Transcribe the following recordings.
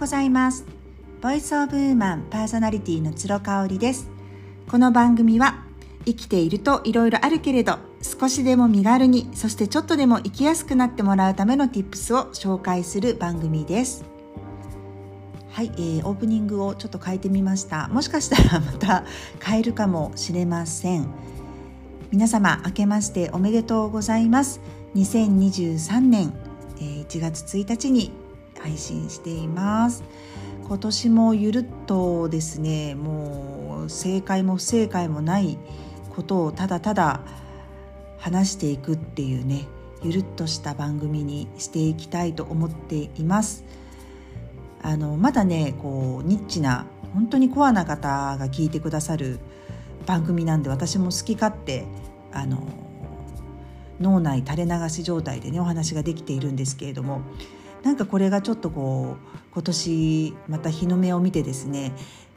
ございます。ボイスオブウーマンパーソナリティの鶴香織です。この番組は生きているといろいろあるけれど、少しでも身軽に、そしてちょっとでも生きやすくなってもらうための Tips を紹介する番組です。はい、オープニングをちょっと変えてみました。もしかしたらまた変えるかもしれません。皆様明けましておめでとうございます。2023年1月1日に配信しています。今年もゆるっとですね、もう正解も不正解もないことをただただ話していくっていうね、ゆるっとした番組にしていきたいと思っています。まだね、ニッチな本当にコアな方が聞いてくださる番組なんで、私も好き勝手脳内垂れ流し状態でねお話ができているんですけれども、なんかこれがちょっと今年また日の目を見てですね、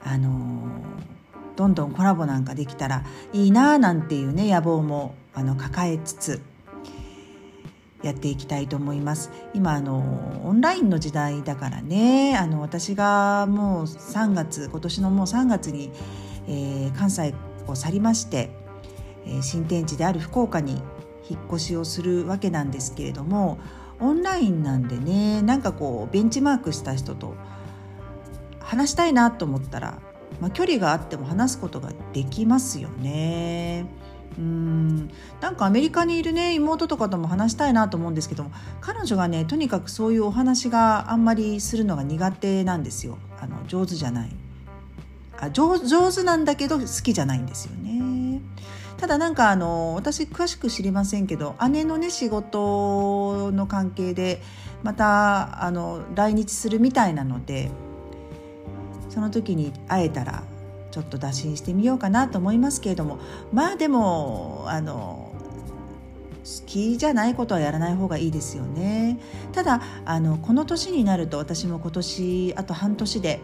どんどんコラボなんかできたらいいななんていうね野望も抱えつつやっていきたいと思います。今オンラインの時代だからね、私がもう今年のもう3月に、関西を去りまして、新天地である福岡に引っ越しをするわけなんですけれども、オンラインなんでね、なんかベンチマークした人と話したいなと思ったら、距離があっても話すことができますよね。なんかアメリカにいるね妹とかとも話したいなと思うんですけども、彼女がねとにかくそういうお話があんまりするのが苦手なんですよ。上手じゃない、上手なんだけど好きじゃないんですよね。ただなんか私詳しく知りませんけど、姉のね仕事の関係でまた来日するみたいなので、その時に会えたらちょっと打診してみようかなと思いますけれども、でも好きじゃないことはやらない方がいいですよね。ただこの年になると、私も今年あと半年で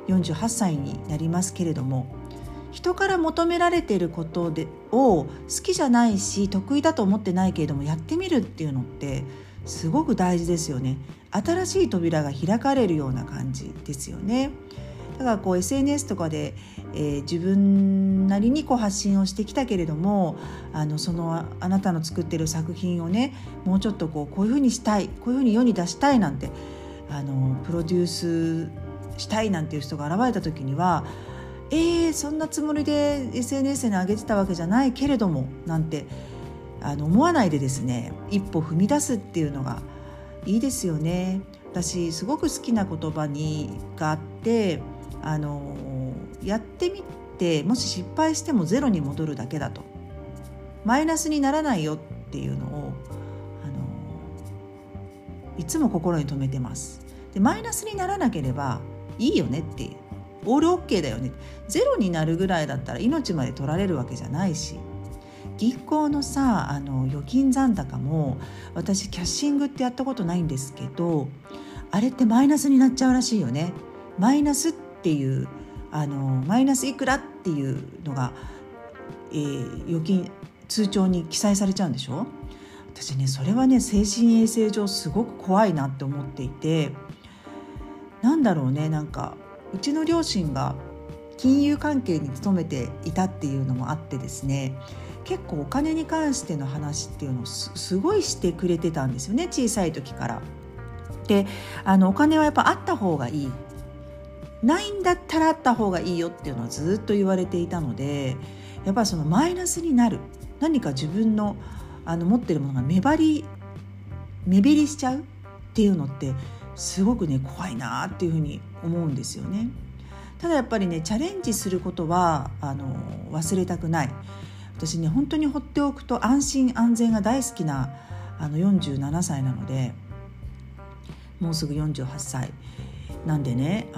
48歳になりますけれども、人から求められていることを好きじゃないし得意だと思ってないけれどもやってみるっていうのってすごく大事ですよね。新しい扉が開かれるような感じですよね。だから SNS とかで、自分なりに発信をしてきたけれども、あなたの作ってる作品をね、もうちょっとこういうふうにしたい、こういうふうに世に出したいなんてプロデュースしたいなんていう人が現れた時には、そんなつもりで SNS に上げてたわけじゃないけれどもなんて思わないでですね、一歩踏み出すっていうのがいいですよね。私すごく好きな言葉があって、やってみてもし失敗してもゼロに戻るだけだと、マイナスにならないよっていうのをいつも心に留めてます。でマイナスにならなければいいよねっていう、オールオッケーだよね。ゼロになるぐらいだったら命まで取られるわけじゃないし、銀行の預金残高も私キャッシングってやったことないんですけど、あれってマイナスになっちゃうらしいよね。マイナスっていうマイナスいくらっていうのが、預金通帳に記載されちゃうんでしょ。私ねそれはね精神衛生上すごく怖いなって思っていて、なんだろうね、なんかうちの両親が金融関係に勤めていたっていうのもあってですね、結構お金に関しての話っていうのをすごいしてくれてたんですよね、小さい時から。でお金はやっぱあった方がいい、ないんだったらあった方がいいよっていうのはずっと言われていたので、やっぱりそのマイナスになる、何か自分の持ってるものが目減りしちゃうっていうのってすごくね怖いなっていうふうに思うんですよね。ただやっぱりねチャレンジすることは忘れたくない。私ね本当に放っておくと安心安全が大好きな47歳なので、もうすぐ48歳なんでね、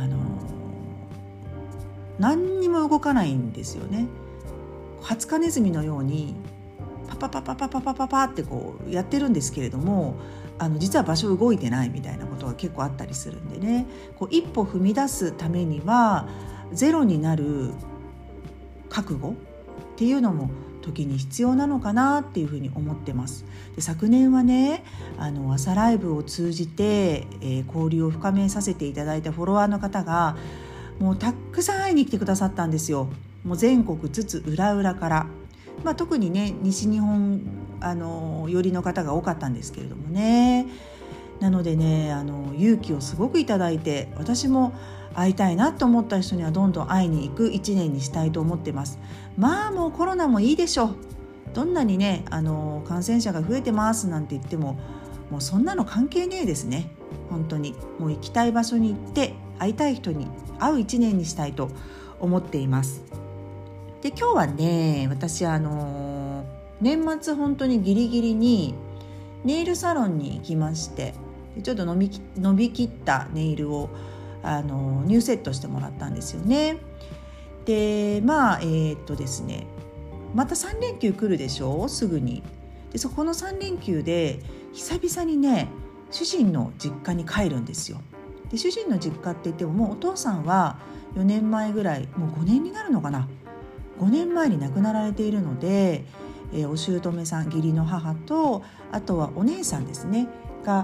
何にも動かないんですよね。ハツカネズミのようにパパパパパパパパパってやってるんですけれども、実は場所動いてないみたいなことが結構あったりするんでね、一歩踏み出すためにはゼロになる覚悟っていうのも時に必要なのかなっていうふうに思ってます。で、昨年はね朝ライブを通じて、交流を深めさせていただいたフォロワーの方がもうたくさん会いに来てくださったんですよ。もう全国津々浦々から、特にね西日本寄りの方が多かったんですけれどもね。なのでね勇気をすごくいただいて、私も会いたいなと思った人にはどんどん会いに行く1年にしたいと思ってます。もうコロナもいいでしょう。どんなにね感染者が増えてますなんて言っても、もうそんなの関係ねえですね。本当にもう行きたい場所に行って会いたい人に会う1年にしたいと思っています。で、今日はね私年末本当にギリギリにネイルサロンに行きまして、ちょっと伸びきったネイルをニューセットしてもらったんですよね。でですね、また3連休来るでしょすぐに。でそこの3連休で久々にね主人の実家に帰るんですよ。で主人の実家って言っても、もうお父さんは4年前ぐらい、もう5年になるのかな、5年前に亡くなられているので、お姑さん、義理の母と、あとはお姉さんですねが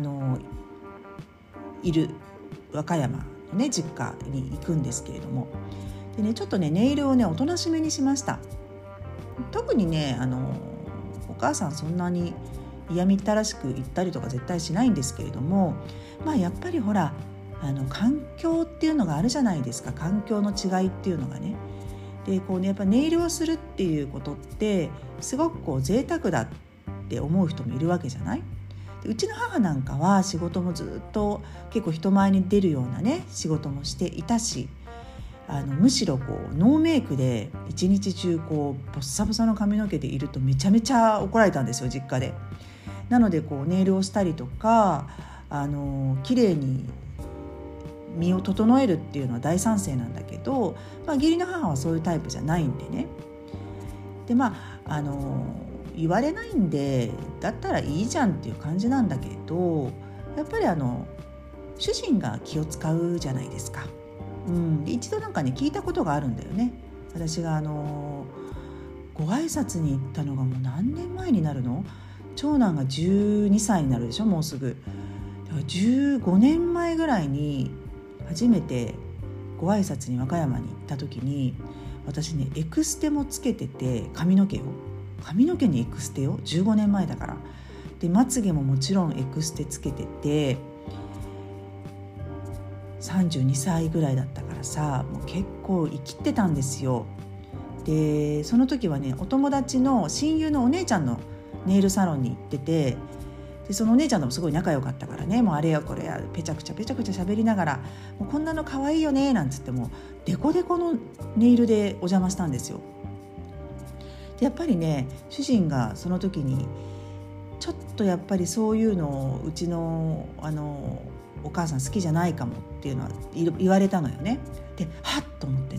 いる和歌山のね実家に行くんですけれども、でねちょっとねネイルをねおとなしめにしました。特にねお母さんそんなに嫌みったらしく言ったりとか絶対しないんですけれども、やっぱりほら環境っていうのがあるじゃないですか。環境の違いっていうのがね。でこうねやっぱネイルをするっていうことってすごく贅沢だって思う人もいるわけじゃない。でうちの母なんかは仕事もずっと結構人前に出るようなね仕事もしていたし、むしろノーメイクで一日中ボッサボサの髪の毛でいるとめちゃめちゃ怒られたんですよ、実家で。なのでネイルをしたりとか綺麗に身を整えるっていうのは大賛成なんだけど、義理の母はそういうタイプじゃないんでね。で言われないんでだったらいいじゃんっていう感じなんだけど、やっぱり主人が気を使うじゃないですか。一度なんかね聞いたことがあるんだよね。私がご挨拶に行ったのがもう何年前になるの？長男が12歳になるでしょ、もうすぐ。だから15年前ぐらいに初めてご挨拶に和歌山に行った時に、私ねエクステもつけてて、髪の毛にエクステよ、15年前だから。でまつげももちろんエクステつけてて、32歳ぐらいだったからさ、もう結構生きてたんですよ。でその時はねお友達の親友のお姉ちゃんのネイルサロンに行ってて、でそのお姉ちゃんともすごい仲良かったからね、もうあれやこれやペチャクチャ喋りながら、もうこんなの可愛いよねなんつって、もうデコデコのネイルでお邪魔したんですよ。でやっぱりね主人がその時にちょっとやっぱりそういうのをうちのお母さん好きじゃないかもっていうのは言われたのよね。ではっと思って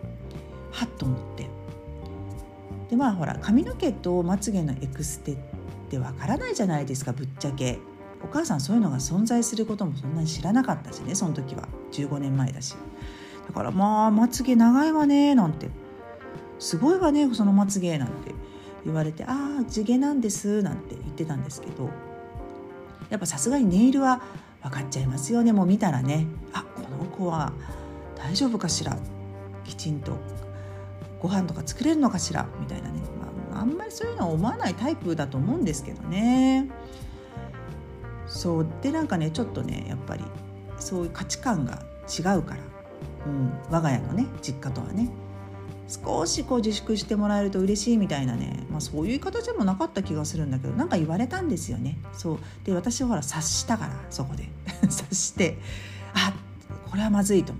でほら髪の毛とまつげのエクステってわからないじゃないですか、ぶっちゃけ。お母さんそういうのが存在することもそんなに知らなかったしね、その時は15年前だし。だからまつげ長いわねなんて、すごいわねそのまつげなんて言われて、地毛なんですなんて言ってたんですけど、やっぱさすがにネイルは分かっちゃいますよね。もう見たらね、この子は大丈夫かしら、きちんとご飯とか作れるのかしらみたいなね、あんまりそういうのは思わないタイプだと思うんですけどね。そうでなんかねちょっとねやっぱりそういう価値観が違うから、我が家のね実家とはね少し自粛してもらえると嬉しいみたいなね、そういう形でもなかった気がするんだけど、なんか言われたんですよね。そうで私はほら察したから、そこで察してこれはまずいと思って、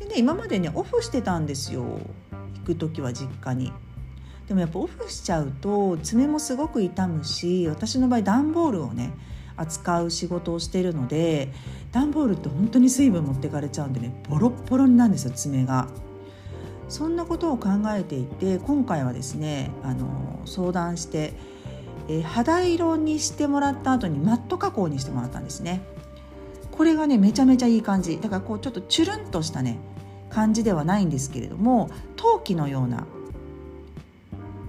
でね今までねオフしてたんですよ、行く時は実家に。でもやっぱオフしちゃうと爪もすごく痛むし、私の場合段ボールをね扱う仕事をしているので、段ボールって本当に水分持ってかれちゃうんでね、ボロッボロになるんですよ、爪が。そんなことを考えていて、今回はですね相談して、肌色にしてもらった後にマット加工にしてもらったんですね。これがねめちゃめちゃいい感じだから、ちょっとチュルンとしたね感じではないんですけれども、陶器のような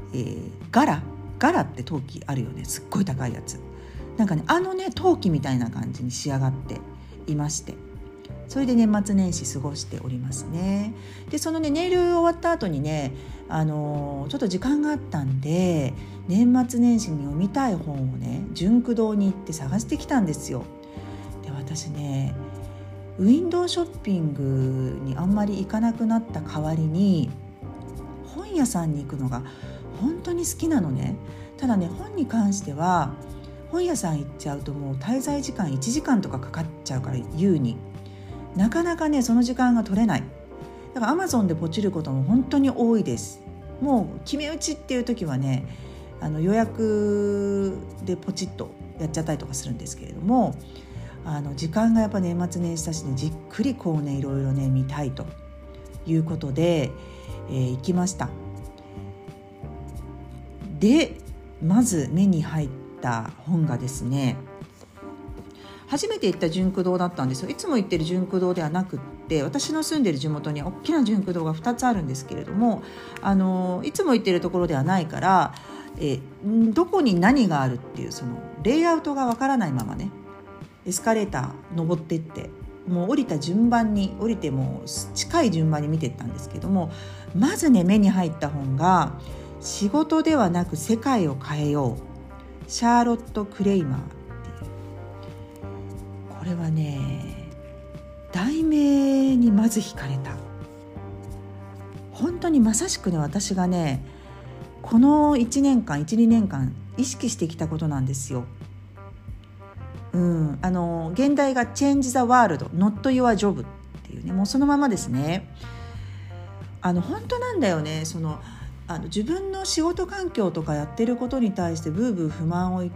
ガラって陶器あるよね、すっごい高いやつ。なんかね陶器みたいな感じに仕上がっていまして、それで年末年始過ごしておりますね。でそのねネイル終わった後にねちょっと時間があったんで、年末年始に読みたい本をね純駆堂に行って探してきたんですよ。で私ねウィンドウショッピングにあんまり行かなくなった代わりに本屋さんに行くのが本当に好きなのね。ただね本に関しては本屋さん行っちゃうともう滞在時間1時間とかかかっちゃうから、優になかなかねその時間が取れない。だから Amazon でポチることも本当に多いです。もう決め打ちっていう時はね予約でポチッとやっちゃったりとかするんですけれども、時間がやっぱ年末年始だしね、じっくりこうねいろいろね見たいということで、行きました。でまず目に入った本がですね、初めて行った純駆堂だったんですよ。いつも行ってる純駆堂ではなくって、私の住んでる地元に大きな純駆堂が2つあるんですけれども、いつも行ってるところではないから、どこに何があるっていうそのレイアウトがわからないままねエスカレーター登ってって、もう降りても近い順番に見ていったんですけども、まずね目に入った本が仕事ではなく世界を変えよう、シャーロット・クレイマーっていう、これはね題名にまず惹かれた。本当にまさしくね私がねこの1年間 1,2 年間意識してきたことなんですよ。現代が Change the world, not your job っていうね、もうそのままですね。本当なんだよね。自分の仕事環境とかやってることに対してブーブー不満を言って、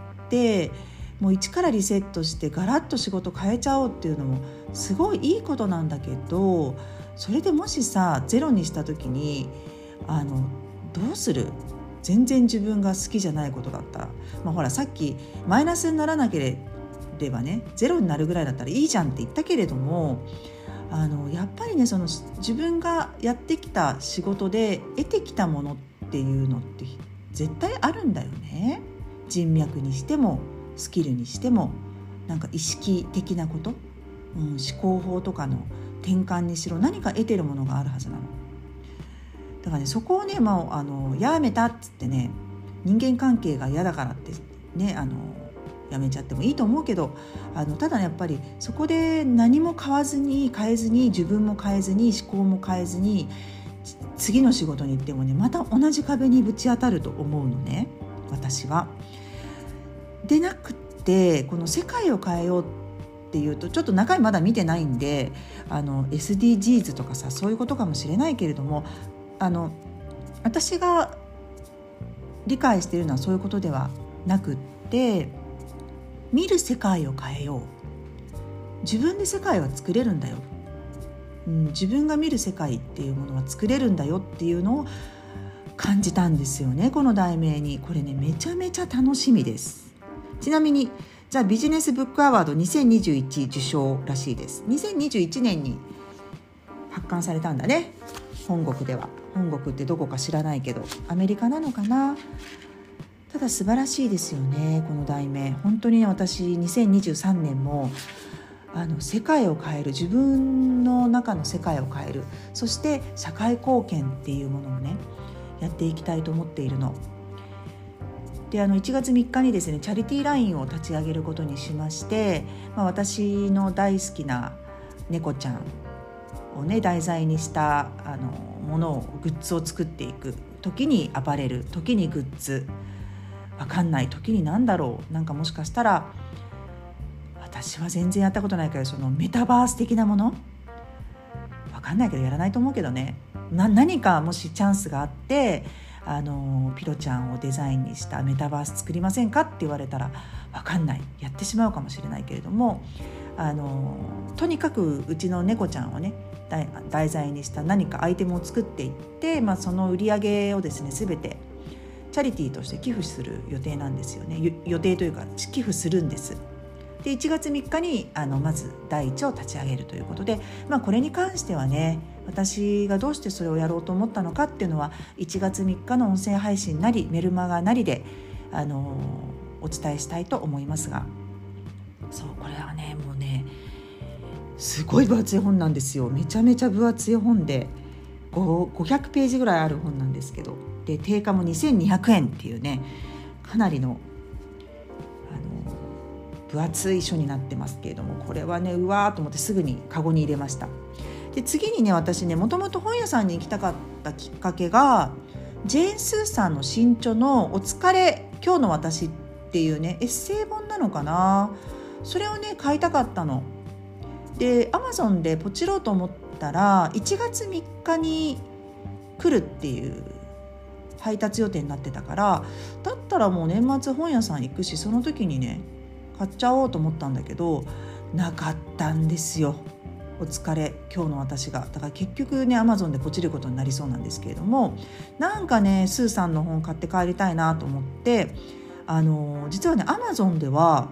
もう一からリセットしてガラッと仕事変えちゃおうっていうのもすごいいいことなんだけど、それでもしさゼロにした時にどうする？全然自分が好きじゃないことだったら、ほらさっきマイナスにならなければねゼロになるぐらいだったらいいじゃんって言ったけれども、やっぱりね自分がやってきた仕事で得てきたものっていうのって絶対あるんだよね。人脈にしてもスキルにしても、なんか意識的なこと、思考法とかの転換にしろ何か得てるものがあるはずなの。だからねそこをね、やめたっつってね、人間関係が嫌だからってねやめちゃってもいいと思うけど、ただねやっぱりそこで何も変えずに自分も変えずに思考も変えずに次の仕事に行ってもねまた同じ壁にぶち当たると思うのね、私は。でなくってこの世界を変えようっていうとちょっと中身まだ見てないんでSDGs とかさそういうことかもしれないけれども、私が理解しているのはそういうことではなくって、見る世界を変えよう、自分で世界は作れるんだよ、自分が見る世界っていうものは作れるんだよっていうのを感じたんですよね、この題名に。これねめちゃめちゃ楽しみです。ちなみにザ・ビジネスブックアワード2021受賞らしいです。2021年に発刊されたんだね、本国では。本国ってどこか知らないけどアメリカなのかな。ただ素晴らしいですよねこの題名。本当にね私2023年も世界を変える、自分の中の世界を変える、そして社会貢献っていうものをねやっていきたいと思っているので、1月3日にですねチャリティーラインを立ち上げることにしまして、私の大好きな猫ちゃんをね題材にしたものをグッズを作っていく。時にアパレル、時にグッズ、わかんない、時に何だろう、なんかもしかしたら私は全然やったことないからそのメタバース的なものわかんないけどやらないと思うけどね、何かもしチャンスがあってピロちゃんをデザインにしたメタバース作りませんかって言われたらわかんない、やってしまうかもしれないけれども、とにかくうちの猫ちゃんをね題材にした何かアイテムを作っていって、その売り上げをですね全てチャリティーとして寄付する予定なんですよね。予定というか寄付するんです。で1月3日にまず第一を立ち上げるということで、これに関してはね私がどうしてそれをやろうと思ったのかっていうのは1月3日の音声配信なりメルマガなりで、お伝えしたいと思いますが、そうこれはねもうねすごい分厚い本なんですよ。めちゃめちゃ分厚い本で500ページぐらいある本なんですけど、で定価も2200円っていうねかなりの分厚い書になってますけれども、これはねうわーと思ってすぐにカゴに入れました。で次にね私ねもともと本屋さんに行きたかったきっかけがジェーン・スーさんの新著のお疲れ今日の私っていうねエッセイ本なのかな、それをね買いたかったので Amazon でポチろうと思ったら1月3日に来るっていう配達予定になってたから、だったらもう年末本屋さん行くしその時にね買っちゃおうと思ったんだけどなかったんですよ。お疲れ今日の私がだから結局ね Amazon でポチることになりそうなんですけれども、なんかねスーさんの本買って帰りたいなと思って実はね Amazon では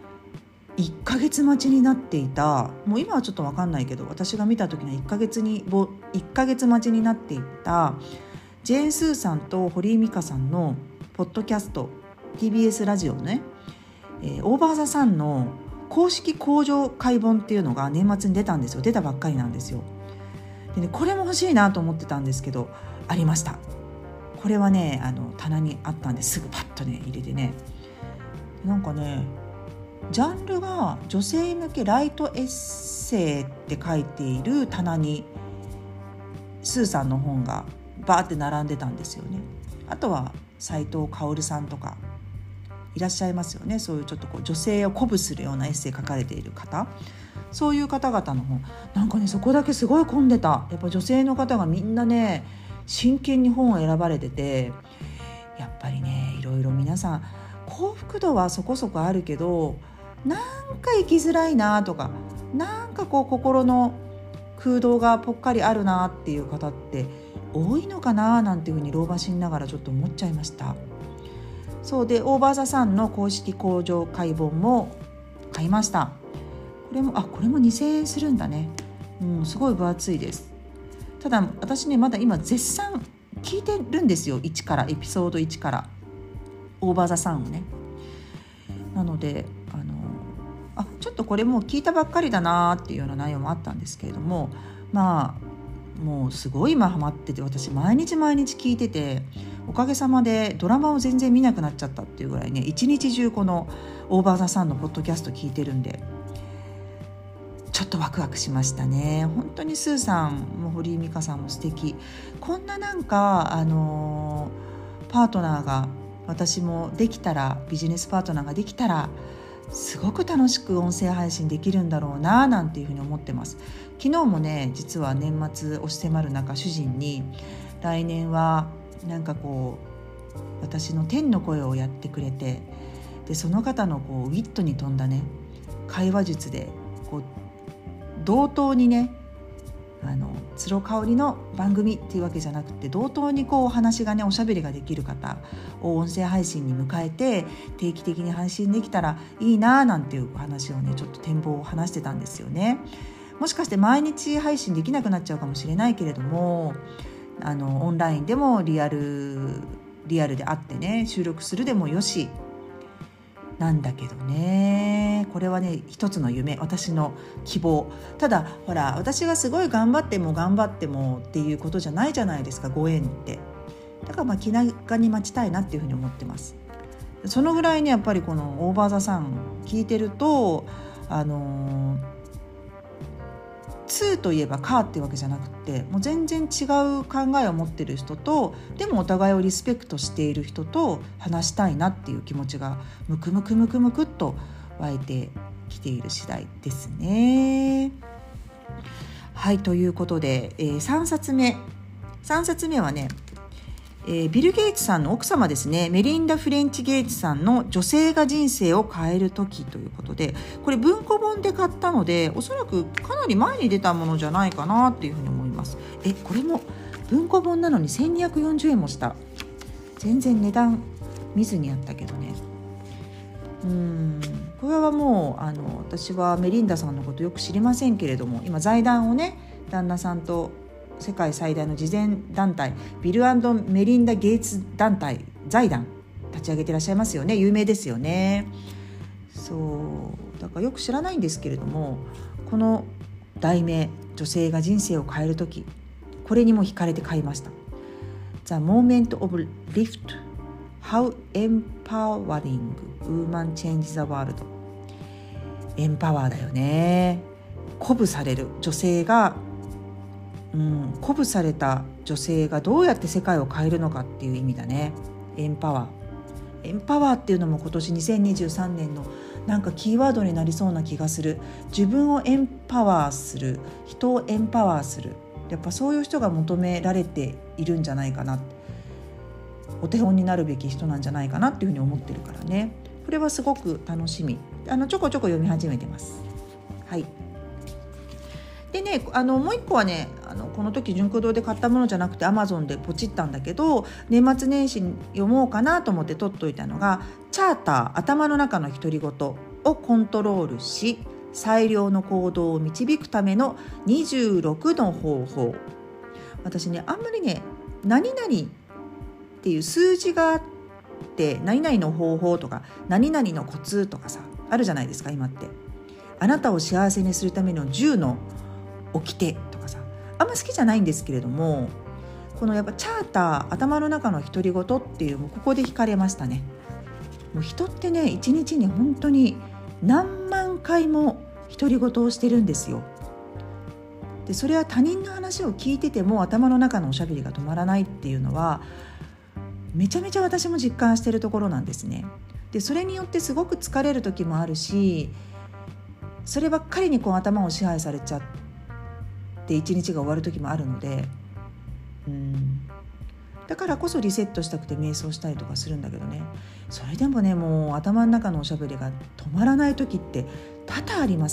1ヶ月待ちになっていた、もう今はちょっと分かんないけど私が見た時には1ヶ月待ちになっていたジェーン・スーさんと堀井美香さんのポッドキャスト TBS ラジオのね、オーバーザさんの公式工場解本っていうのが年末に出たんですよ。出たばっかりなんですよ。でねこれも欲しいなと思ってたんですけどありました。これはね棚にあったんですぐパッとね入れてね、なんかねジャンルが女性向けライトエッセイって書いている棚にスーさんの本がバーって並んでたんですよね。あとは斉藤薫さんとかいらっしゃいますよね。そういうちょっとこう女性を鼓舞するようなエッセイ書かれている方、そういう方々の本なんかねそこだけすごい混んでた。やっぱ女性の方がみんなね真剣に本を選ばれてて、やっぱりねいろいろ皆さん幸福度はそこそこあるけどなんか生きづらいなとかなんかこう心の空洞がぽっかりあるなっていう方って多いのかななんていうふうに老婆心ながらちょっと思っちゃいました。そうでオーバーザさんの公式工場解本も買いました。これも2000円するんだね、すごい分厚いです。ただ私ねまだ今絶賛聞いてるんですよ。1からエピソード1からオーバーザさんをね。なのでちょっとこれもう聞いたばっかりだなっていうような内容もあったんですけれども、もうすごい今ハマってて私毎日聞いてて、おかげさまでドラマを全然見なくなっちゃったっていうぐらいね一日中このオーバーザさんのポッドキャスト聞いてるんでちょっとワクワクしましたね。本当にスーさんも堀井美香さんも素敵。こんななんかパートナーが私もできたらビジネスパートナーができたらすごく楽しく音声配信できるんだろうななんていうふうに思ってます。昨日もね実は年末押し迫る中主人に来年はなんかこう私の天の声をやってくれて、でその方のこうウィットに富んだね会話術でこう同等にね鶴香織の番組っていうわけじゃなくて同等にこうお話がねおしゃべりができる方を音声配信に迎えて定期的に配信できたらいいななんていう話をねちょっと展望を話してたんですよね。もしかして毎日配信できなくなっちゃうかもしれないけれどもオンラインでもリアルで会ってね収録するでもよしなんだけどね、これはね一つの夢、私の希望。ただほら私がすごい頑張ってもっていうことじゃないじゃないですか、ご縁って。だから気長に待ちたいなっていうふうに思ってます。そのぐらいねやっぱりこのオーバーザさん聞いてると2といえばカーっていうわけじゃなくてもう全然違う考えを持ってる人とでもお互いをリスペクトしている人と話したいなっていう気持ちがムクムクっと湧いてきている次第ですね。はい、ということで、3冊目はねビル・ゲイツさんの奥様ですね、メリンダ・フレンチ・ゲイツさんの女性が人生を変える時ということで、これ文庫本で買ったのでおそらくかなり前に出たものじゃないかなっていうふうに思います。これも文庫本なのに1240円もした。全然値段見ずにやったけどね。これはもう私はメリンダさんのことよく知りませんけれども、今財団をね旦那さんと世界最大の慈善団体ビル&メリンダ・ゲイツ団体財団立ち上げていらっしゃいますよね。有名ですよね。そうだからよく知らないんですけれども、この題名、女性が人生を変えるとき、これにも惹かれて買いました。 The Moment of Lift How Empowering Woman Change the World。 エンパワーだよね。鼓舞される女性が、鼓舞された女性がどうやって世界を変えるのかっていう意味だね。エンパワーっていうのも今年2023年のなんかキーワードになりそうな気がする。自分をエンパワーする、人をエンパワーする、やっぱそういう人が求められているんじゃないかな、お手本になるべき人なんじゃないかなっていうふうに思ってるからね。これはすごく楽しみ。ちょこちょこ読み始めてます。はい。でね、もう一個はね、この時純駆動で買ったものじゃなくて Amazon でポチったんだけど、年末年始に読もうかなと思って取っといたのが、チャーター頭の中の独り言をコントロールし最良の行動を導くための26の方法。私ね、あんまりね、何々っていう数字があって何々の方法とか何々のコツとかさ、あるじゃないですか今って。あなたを幸せにするための10の掟とかさ、あんま好きじゃないんですけれども、このやっぱチャーター頭の中の独り言っていう、もうここで惹かれましたね。もう人ってね、一日に本当に何万回も独り言をしてるんですよ。でそれは他人の話を聞いてても頭の中のおしゃべりが止まらないっていうのはめちゃめちゃ私も実感してるところなんですね。でそれによってすごく疲れる時もあるし、そればっかりにこう頭を支配されちゃって一日が終わる時もあるので、だからこそリセットしたくて瞑想したりとかするんだけどね、それでもね、もう頭の中のおしゃべりが止まらない時って多々あります。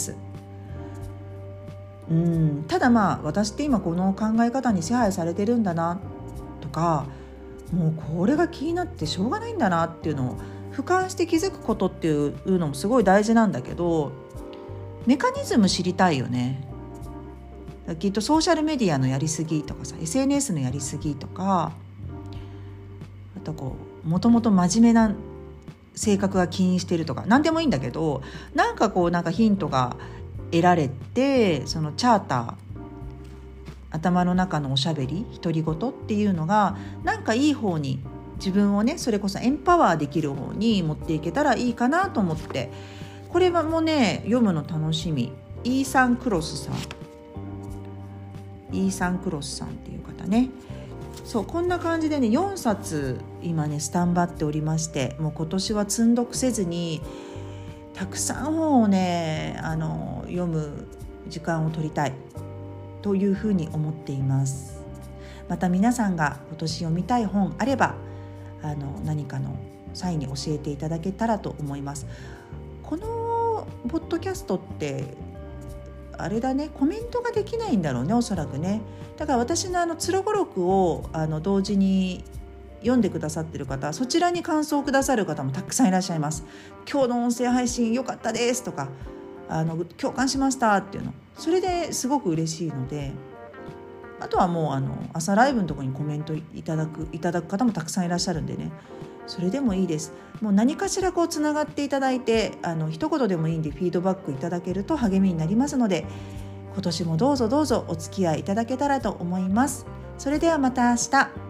ただまあ私って今この考え方に支配されてるんだなとか、もうこれが気になってしょうがないんだなっていうのを俯瞰して気づくことっていうのもすごい大事なんだけど、メカニズム知りたいよね。きっとソーシャルメディアのやりすぎとかさ、 SNS のやりすぎとか、あとこうもともと真面目な性格が起因してるとか、何でもいいんだけど、なんかヒントが得られて、そのチャーター頭の中のおしゃべり独り言っていうのがなんかいい方に自分をね、それこそエンパワーできる方に持っていけたらいいかなと思って、これはもうね読むの楽しみ。イーサン・クロスさんっていう方ね。そう、こんな感じでね4冊今ねスタンバっておりまして、もう今年は積んどくせずにたくさん本をね読む時間を取りたいというふうに思っています。また皆さんが今年読みたい本あれば何かの際に教えていただけたらと思います。このポッドキャストってあれだね、コメントができないんだろうね、おそらくね。だから私のつろご録を同時に読んでくださってる方、そちらに感想をくださる方もたくさんいらっしゃいます。今日の音声配信良かったですとか、共感しましたっていうの、それですごく嬉しいので、あとはもう朝ライブのところにコメントいただく方もたくさんいらっしゃるんでね、それでもいいです。もう何かしらつながっていただいて、一言でもいいんでフィードバックいただけると励みになりますので、今年もどうぞお付き合いいただけたらと思います。それではまた明日。